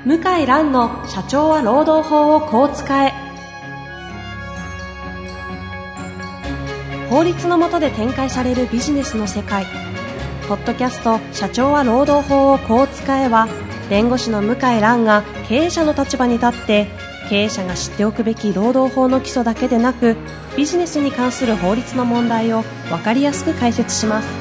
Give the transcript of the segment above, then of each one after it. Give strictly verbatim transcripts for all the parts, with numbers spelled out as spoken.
向井蘭の社長は労働法をこう使え。法律の下で展開されるビジネスの世界。ポッドキャスト社長は労働法をこう使えは、弁護士の向井蘭が経営者の立場に立って経営者が知っておくべき労働法の基礎だけでなく、ビジネスに関する法律の問題を分かりやすく解説します。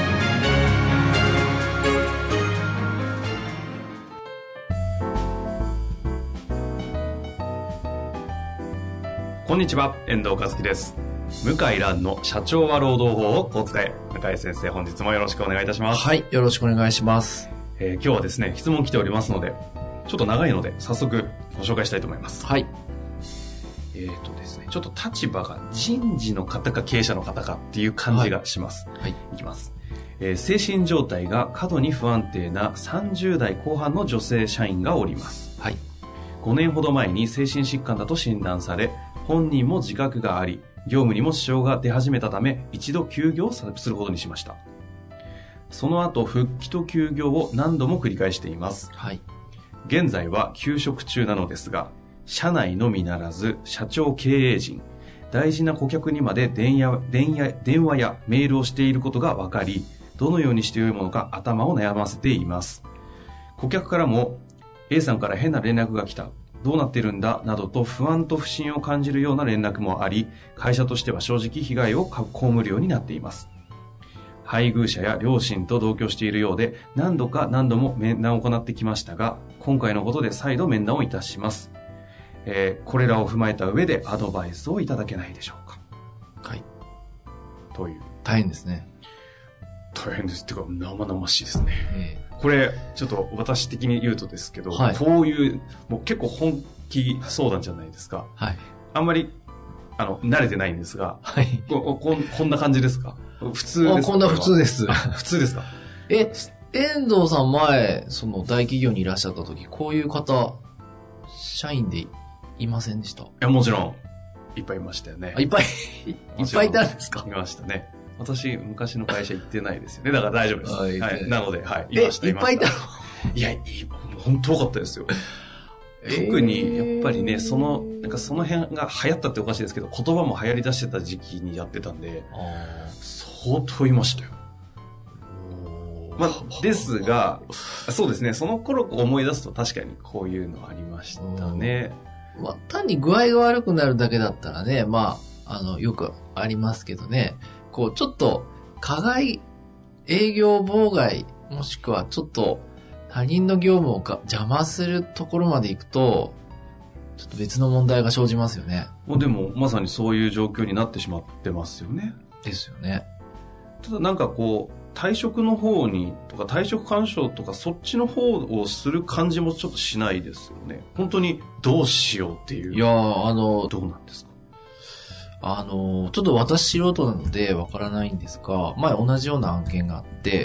こんにちは、遠藤和樹です。向井蘭の社長は労働法をこう使え。向井先生、本日もよろしくお願いいたします。 はい、よろしくお願いします。 えー、今日はですね、質問来ておりますので、ちょっと長いので早速ご紹介したいと思います。 はい。 えーとですね、ちょっと立場が人事の方か経営者の方かっていう感じがします。はい。はい、いきます。えー、精神状態が過度に不安定なさんじゅう代後半の女性社員がおります。はい。ごねんほど前に精神疾患だと診断され、本人も自覚があり、業務にも支障が出始めたため、一度休業することにしました。その後、復帰と休業を何度も繰り返しています。はい。現在は休職中なのですが、社内のみならず、社長経営陣、大事な顧客にまで電話、電話、電話やメールをしていることが分かり、どのようにしてよいものか頭を悩ませています。顧客からも、A さんから変な連絡が来た。どうなってるんだなどと不安と不信を感じるような連絡もあり、会社としては正直被害を被るようになっています。配偶者や両親と同居しているようで、何度か何度も面談を行ってきましたが、今回のことで再度面談をいたします。えー、これらを踏まえた上でアドバイスをいただけないでしょうか。はい。という。 大変ですね。 大変です。っていうか、生々しいですね。えーこれ、ちょっと私的に言うとですけど、はい、こういう、もう結構本気相談じゃないですか。はい。あんまり、あの、慣れてないんですが、はい。こ, こ, こんな感じですか？普通ですか？ あ、こんな普通です。 普通ですか？ え、遠藤さん前、その大企業にいらっしゃった時、こういう方、社員でいませんでした？いや、もちろん、いっぱいいましたよね。 あ、いっぱい、いっぱいいたんですか？ いましたね。私、昔の会社行ってないですよね。だから大丈夫です。はい。はい、なので、はい。いました、 いました。いっぱいいたの？ いや、いい、本当多かったですよ。特に、やっぱりね、その、なんかその辺が流行ったっておかしいですけど、言葉も流行り出してた時期にやってたんで、相当いましたよ。まあ、ですが、そうですね、その頃思い出すと確かにこういうのありましたね。 まあ、単に具合が悪くなるだけだったらね、まあ、あの、よくありますけどね、こう、ちょっと、加害、営業妨害、もしくはちょっと他人の業務をか邪魔するところまで行くと、ちょっと別の問題が生じますよね。 もうでも、まさにそういう状況になってしまってますよね。 ですよね。 ただなんかこう、退職の方に、とか退職干渉とかそっちの方をする感じもちょっとしないですよね。本当にどうしようっていう。 いやー、あの、 どうなんですか？ あの、ちょっと私素人なのでわからないんですが、前同じような案件があって、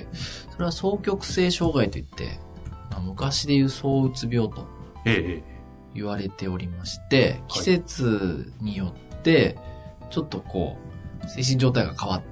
それは双極性障害といって、まあ、昔でいう躁うつ病と言われておりまして、季節によってちょっとこう精神状態が変わって、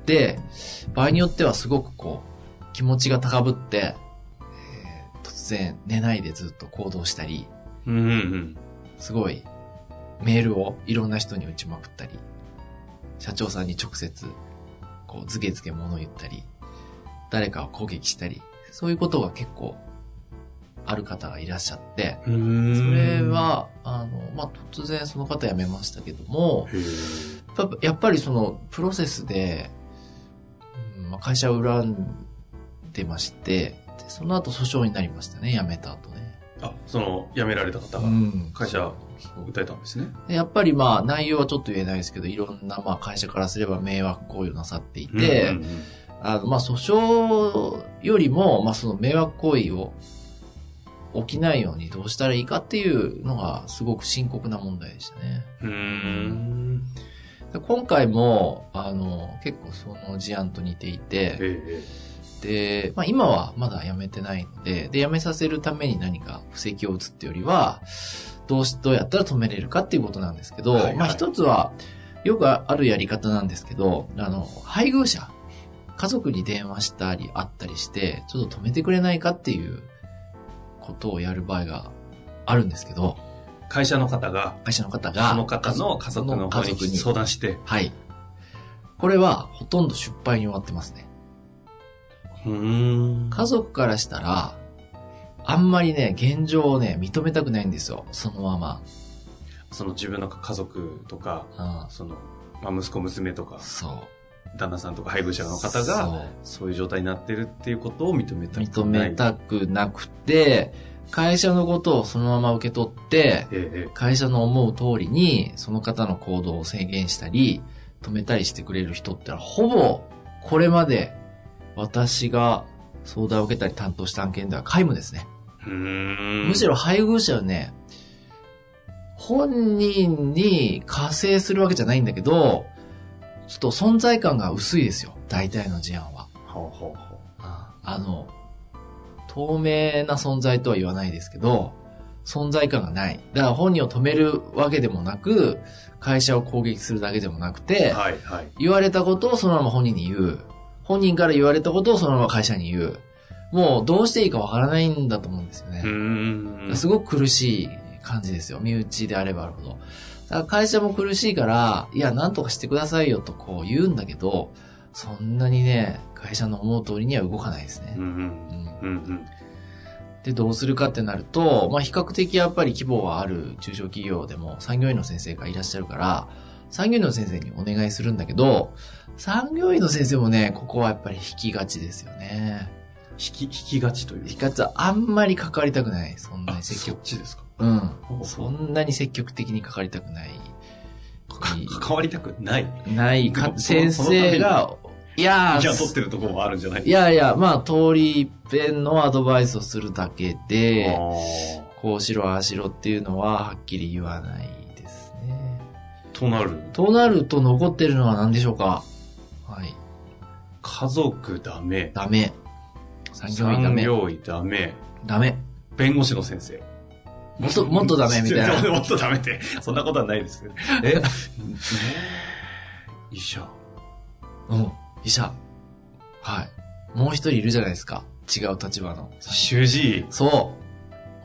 場合によってはすごくこう気持ちが高ぶって、えー、突然寝ないでずっと行動したり、 うんうんうん、 すごいメールをいろんな人に打ちまくったり、社長さんに直接、こう、ズケズケ物を言ったり、誰かを攻撃したり、そういうことが結構、ある方がいらっしゃって、それは、あの、まあ、突然その方辞めましたけども、やっぱりその、プロセスで、うんまあ、会社を恨んでまして、でその後訴訟になりましたね、辞めた後ね。 あ、その、辞められた方が、会社、訴えたんですね。 やっぱりまあ内容はちょっと言えないですけど、いろんなまあ会社からすれば迷惑行為をなさっていて、うんうんうん、あのまあ訴訟よりもまあその迷惑行為を起きないようにどうしたらいいかっていうのがすごく深刻な問題でしたね。 うーん今回もあの結構その事案と似ていて、ええ、でまあ今はまだ辞めてないので、で辞めさせるために何か布石を打つっていうよりは。どうし、どうやったら止めれるかっていうことなんですけど、はいはい、まあ一つは、よくあるやり方なんですけど、あの、配偶者、家族に電話したりあったりして、ちょっと止めてくれないかっていうことをやる場合があるんですけど、 会社の方が、 会社の方が、 その方の家族の方に相談して。 はい。これはほとんど失敗に終わってますね。 うーん。 家族からしたら、あんまりね、現状をね、認めたくないんですよ。そのまま。 その自分の家族とか、 うん、 その、まあ、息子娘とか、 そう。 旦那さんとか配偶者の方が、そういう状態になってるっていうことを認めたくない。 認めたくなくて、会社のことをそのまま受け取って、 ええ、 会社の思う通りにその方の行動を制限したり止めたりしてくれる人ってのはほぼこれまで私が相談を受けたり担当した案件では皆無ですね。 うーん、 むしろ配偶者はね、本人に加勢するわけじゃないんだけど、ちょっと存在感が薄いですよ、大体の事案は。 ほうほうほう。 あ, あの透明な存在とは言わないですけど、存在感がない。だから本人を止めるわけでもなく、会社を攻撃するだけでもなくて、 はいはい、 言われたことをそのまま本人に言う。本人から言われたことをそのまま会社に言う。もうどうしていいかわからないんだと思うんですよね。 うーん、 すごく苦しい感じですよ。身内であればあるほど。だから会社も苦しいから、いや、なんとかしてくださいよとこう言うんだけど、そんなにね、会社の思う通りには動かないですね。 うんうんうんうん、 で、どうするかってなると、まあ、比較的やっぱり規模はある中小企業でも産業医の先生がいらっしゃるから、産業医の先生にお願いするんだけど、産業医の先生もね、ここはやっぱり引きがちですよね。 引き、引きがちというか。 引きがちはあんまり関わりたくない。そんなに積極。 そっちですか？ うん。 ほうほう、 そんなに積極的に関わりたくない。 関わりたくないないか、先生が、いやー、 じゃあ取ってるところもあるんじゃない？ いやいや、まあ、通り一遍のアドバイスをするだけで、こうしろ、ああしろっていうのははっきり言わないですね。 となるとなると残ってるのは何でしょうか？はい。 家族ダメ。 ダメ。産業医ダメ。 産業医ダメ。 ダメ。 弁護士の先生。 もっと、もっとダメみたいな。 もっとダメって、そんなことはないですけど。え医者。 うん。医者。はい。もう一人いるじゃないですか。違う立場の。 主治医。 そう。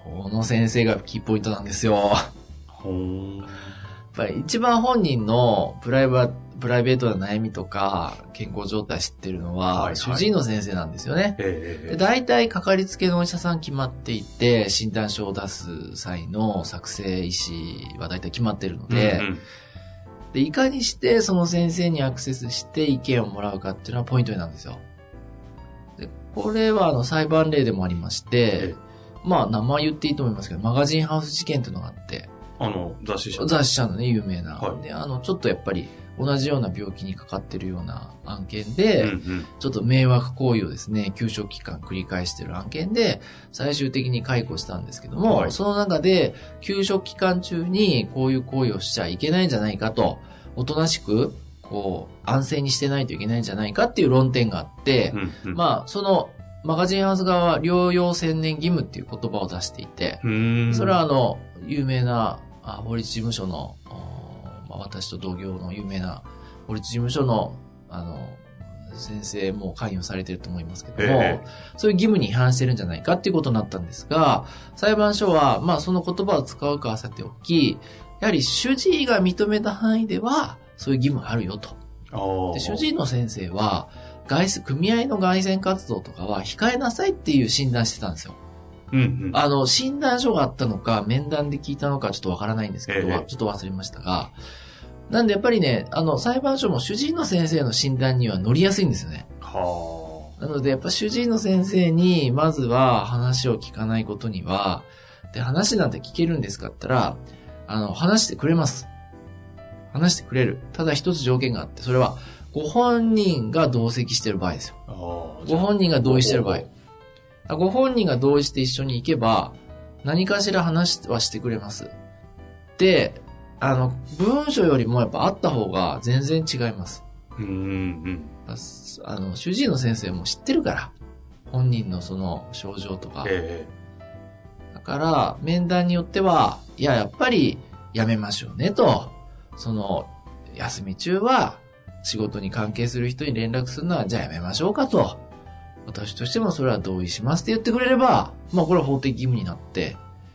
この先生がキーポイントなんですよ。 ほーん。 やっぱり一番本人のプライバ、プライベートな悩みとか健康状態知ってるのは、はいはい、主治医の先生なんですよね。 えー、 で大体かかりつけのお医者さん決まっていて、診断書を出す際の作成医師は大体決まってるので、うんうん、でいかにしてその先生にアクセスして意見をもらうかっていうのはポイントになるんですよ。でこれはあの裁判例でもありまして、えー、まあ名前言っていいと思いますけど、マガジンハウス事件っていうのがあって、 あの雑誌社雑誌社のね、有名な、 はい、 であのちょっとやっぱり同じような病気にかかってるような案件で、うんうん、ちょっと迷惑行為をですね、休職期間繰り返してる案件で、最終的に解雇したんですけども、はい、その中で、休職期間中にこういう行為をしちゃいけないんじゃないかと、おとなしく、こう、安静にしてないといけないんじゃないかっていう論点があって、うんうん、まあ、その、マガジンハウス側は療養専念義務っていう言葉を出していて、それはあの、有名な法律事務所の、私と同業の有名な法律事務所の、あの、先生も関与されていると思いますけども、えー、そういう義務に違反してるんじゃないかっていうことになったんですが、裁判所は、まあその言葉を使うかはさておき、やはり主治医が認めた範囲では、そういう義務あるよと。で主治医の先生は、外組合の外宣活動とかは控えなさいっていう診断してたんですよ。 うんうん、 あの、診断書があったのか、面談で聞いたのかちょっとわからないんですけど、えー、ちょっと忘れましたが、なんでやっぱりね、あの、裁判所も主治医の先生の診断には乗りやすいんですよね。 はあ。なのでやっぱ主治医の先生に、まずは話を聞かないことには、で、話なんて聞けるんですかって言ったら、あの、話してくれます。話してくれる。ただ一つ条件があって、それは、ご本人が同席してる場合ですよ。ご本人が同意してる場合。ご本人が同意して一緒に行けば、何かしら話はしてくれます。で、あの、文書よりもやっぱあった方が全然違います。 うんうん、 あの、主治医の先生も知ってるから。本人のその症状とか。 ええ、だから、面談によっては、いや、やっぱりやめましょうねと。その、休み中は仕事に関係する人に連絡するのは、じゃあやめましょうかと。私としてもそれは同意しますって言ってくれれば、まあこれは法的義務になって、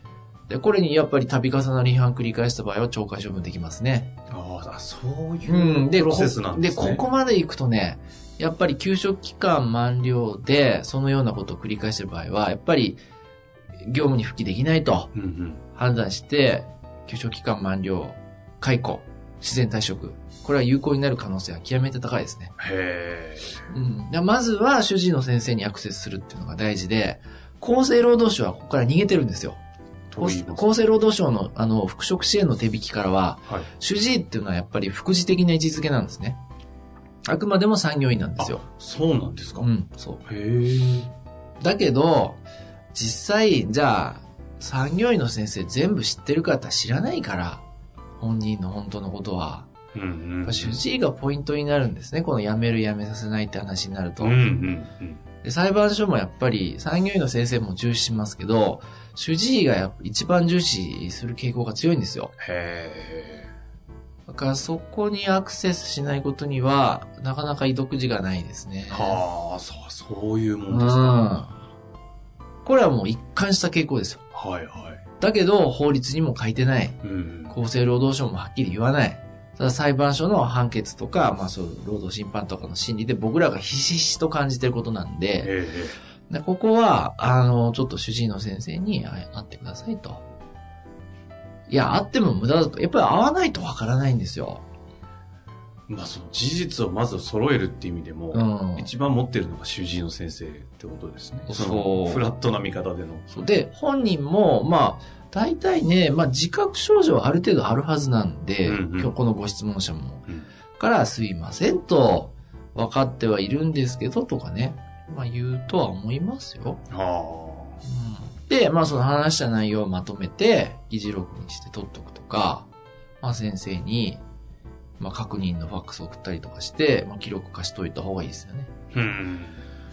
で、これにやっぱり度重なる違反繰り返した場合は懲戒処分できますね。 ああ、そういうプロセスなんですね。 で、ここまで行くとね、やっぱり休職期間満了で、そのようなことを繰り返している場合は、やっぱり業務に復帰できないと判断して、休職期間満了、解雇、自然退職、これは有効になる可能性は極めて高いですね。 へー。うん、まずは主治医の先生にアクセスするっていうのが大事で、厚生労働省はここから逃げてるんですよ。厚生労働省のあの復職支援の手引きからは、はい、主治医っていうのはやっぱり副次的な位置づけなんですね。あくまでも産業医なんですよ。 そうなんですか。 うん、そう。 へー。 だけど、実際、じゃあ、産業医の先生全部知ってるかって知らないから、本人の本当のことは。 うんうんうん、 主治医がポイントになるんですね。この辞める辞めさせないって話になると。 うんうんうん、 で裁判所もやっぱり産業医の先生も重視しますけど、主治医がやっぱ一番重視する傾向が強いんですよ。 へー。だからそこにアクセスしないことには、なかなか糸口がないですね。 はあ、そう、そういうもんですか。 うん。これはもう一貫した傾向ですよ。 はいはい。 だけど、法律にも書いてない。 うん、 厚生労働省もはっきり言わない。ただ裁判所の判決とか、まあそういう労働審判とかの審理で僕らがひしひしと感じてることなんで、 えー、でここは、あの、ちょっと主治医の先生に会ってくださいと。いや、会っても無駄だと。やっぱり会わないとわからないんですよ。 まあその事実をまず揃えるっていう意味でも、うん、一番持ってるのが主治医の先生ってことですね。そのフラットな見方での。 そうで、本人も、まあ、大体ね、まあ自覚症状はある程度あるはずなんで、うんうん、今日このご質問者も、うん、からすいませんと分かってはいるんですけどとかね、まあ言うとは思いますよ。 はうん、で、まあその話した内容をまとめて議事録にして取っとくとか、まあ先生に、まあ確認のファックスを送ったりとかして、まあ記録化しといた方がいいですよね。 うん。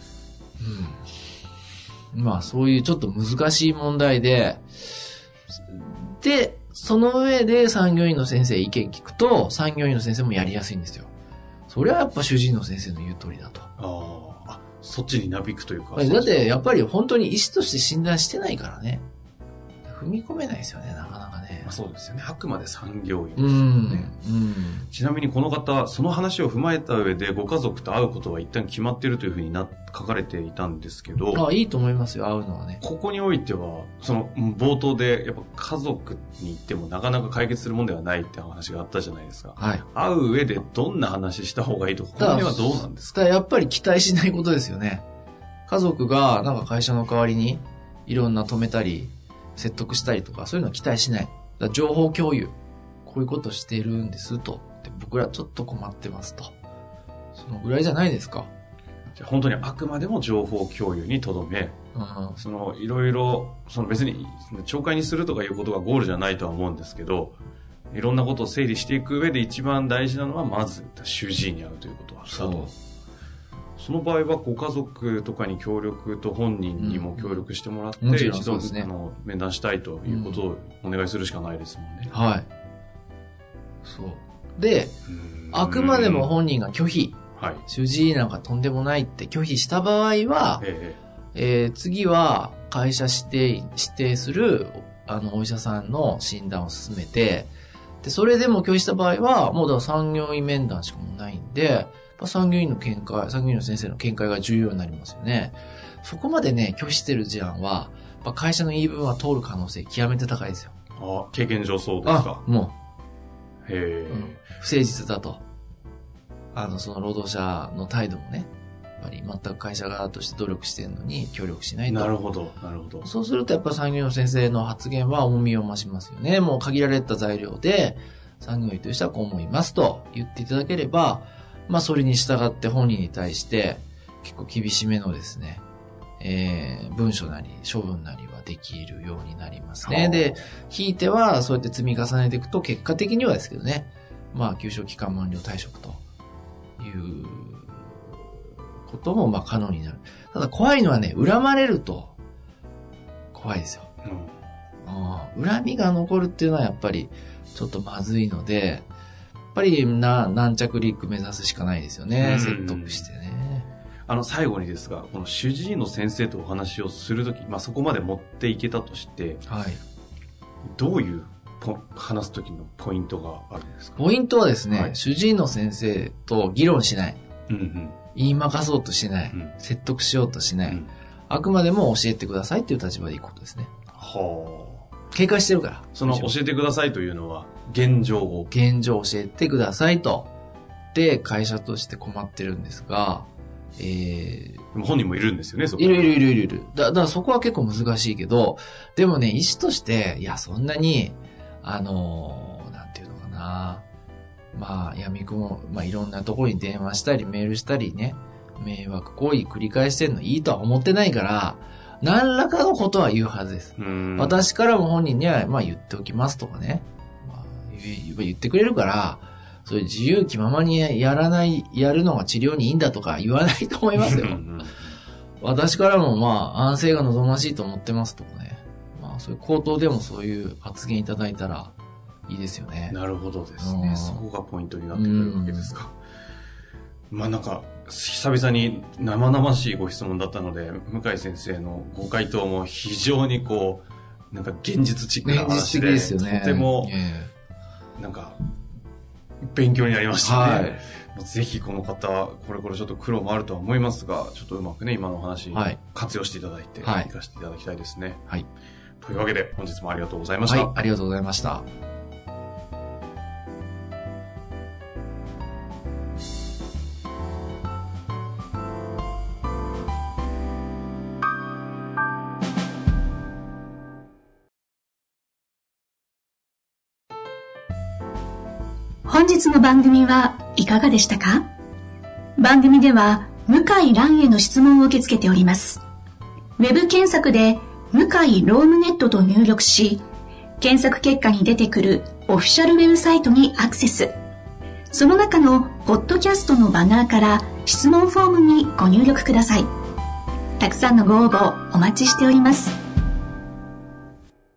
うん、まあそういうちょっと難しい問題で、で、その上で産業医の先生意見聞くと、産業医の先生もやりやすいんですよ。それはやっぱ主治医の先生の言う通りだと。 ああ、そっちになびくというか。 だってやっぱり本当に医師として診断してないからね。踏み込めないですよね、なかなかね。 まあ、そうですよね。あくまで産業医ですよね。 うんうん、 ちなみにこの方、その話を踏まえた上でご家族と会うことは一旦決まっているというふうにな書かれていたんですけど。 あ、いいと思いますよ、会うのはね。 ここにおいては、その冒頭でやっぱ家族に行ってもなかなか解決するものではないって話があったじゃないですか。 はい。 会う上でどんな話した方がいいとか、この辺はどうなんですか？ だからやっぱり期待しないことですよね。家族がなんか会社の代わりにいろんな止めたり、説得したりとか、そういうのは期待しない。だから情報共有。こういうことしてるんですと。で僕らちょっと困ってますと。そのぐらいじゃないですか。 じゃあ本当にあくまでも情報共有にとどめ、 うん、 そのいろいろ、その別に懲戒にするとかいうことがゴールじゃないとは思うんですけど、いろんなことを整理していく上で一番大事なのはまず主治医に会うということは。 そう。 その場合はご家族とかに協力と本人にも協力してもらって、うん、一度、ね、あの面談したいということをお願いするしかないですもんね。 はい。そう。で、あくまでも本人が拒否、 はい、 主治医なんかとんでもないって拒否した場合は、 ええー、次は会社指定、指定するあのお医者さんの診断を進めて、でそれでも拒否した場合は、もうだから産業医面談しかもないんで、産業医の見解、産業医の先生の見解が重要になりますよね。そこまでね、拒否してる事案は、会社の言い分は通る可能性極めて高いですよ。 あ、経験上そうですか。 あ、もう。へえ、 うん。不誠実だと。あの、その労働者の態度もね、やっぱり全く会社側として努力してるのに協力しないと。 なるほど、なるほど。 そうするとやっぱ産業医の先生の発言は重みを増しますよね。もう限られた材料で、産業医としてはこう思いますと言っていただければ、まあそれに従って本人に対して結構厳しめのですね、えー、文書なり処分なりはできるようになりますね。で、ひいてはそうやって積み重ねていくと結果的にはですけどね、まあ休職期間満了退職ということもまあ可能になる。ただ怖いのはね、恨まれると怖いですよ。うん、恨みが残るっていうのはやっぱりちょっとまずいので、やっぱりな軟着陸目指すしかないですよね。説得してね。 あの最後にですが、この主治医の先生とお話をするとき、まあそこまで持っていけたとして、 はい、 どういうポ話す時のポイントがあるんですか？ ポイントはですね、 はい、 主治医の先生と議論しない。 うんうん、 言いまかそうとしない、うん。説得しようとしない。うん、あくまでも教えてくださいっていう立場でいくことですね。はあ。警戒してるから。 その教えてくださいというのは、現状を。 現状を教えてくださいと。で、会社として困ってるんですが、えー、 でも本人もいるんですよね、そこ。 いるいるいるいるいる。だ、だからそこは結構難しいけど、でもね、医師として、いや、そんなに、あのー、なんていうのかな。まあ、闇雲、まあ、いろんなところに電話したり、メールしたりね、迷惑行為繰り返してんのいいとは思ってないから、何らかのことは言うはずです。私からも本人には、まあ言っておきますとかね、まあ、言ってくれるから、そういう自由気ままにやらない、やるのが治療にいいんだとか言わないと思いますよ。私からもまあ、安静が望ましいと思ってますとかね。まあ、そういう口頭でもそういう発言いただいたらいいですよね。 なるほどですね。そこがポイントになってくるわけですか。まあなんか、久々に生々しいご質問だったので、向井先生のご回答も非常にこう、なんか現実チックな話で、 ですよね、 とても、なんか、勉強になりましたね。はい、ぜひこの方、これこれちょっと苦労もあるとは思いますが、ちょっとうまくね、今のお話、活用していただいて、はい、活かしていただきたいですね。はい。というわけで、本日もありがとうございました。 はい、ありがとうございました。 本日の番組はいかがでしたか？番組では向井蘭への質問を受け付けております。ウェブ検索で向井ロームネットと入力し、検索結果に出てくるオフィシャルウェブサイトにアクセス。その中のポッドキャストのバナーから質問フォームにご入力ください。たくさんのご応募お待ちしております。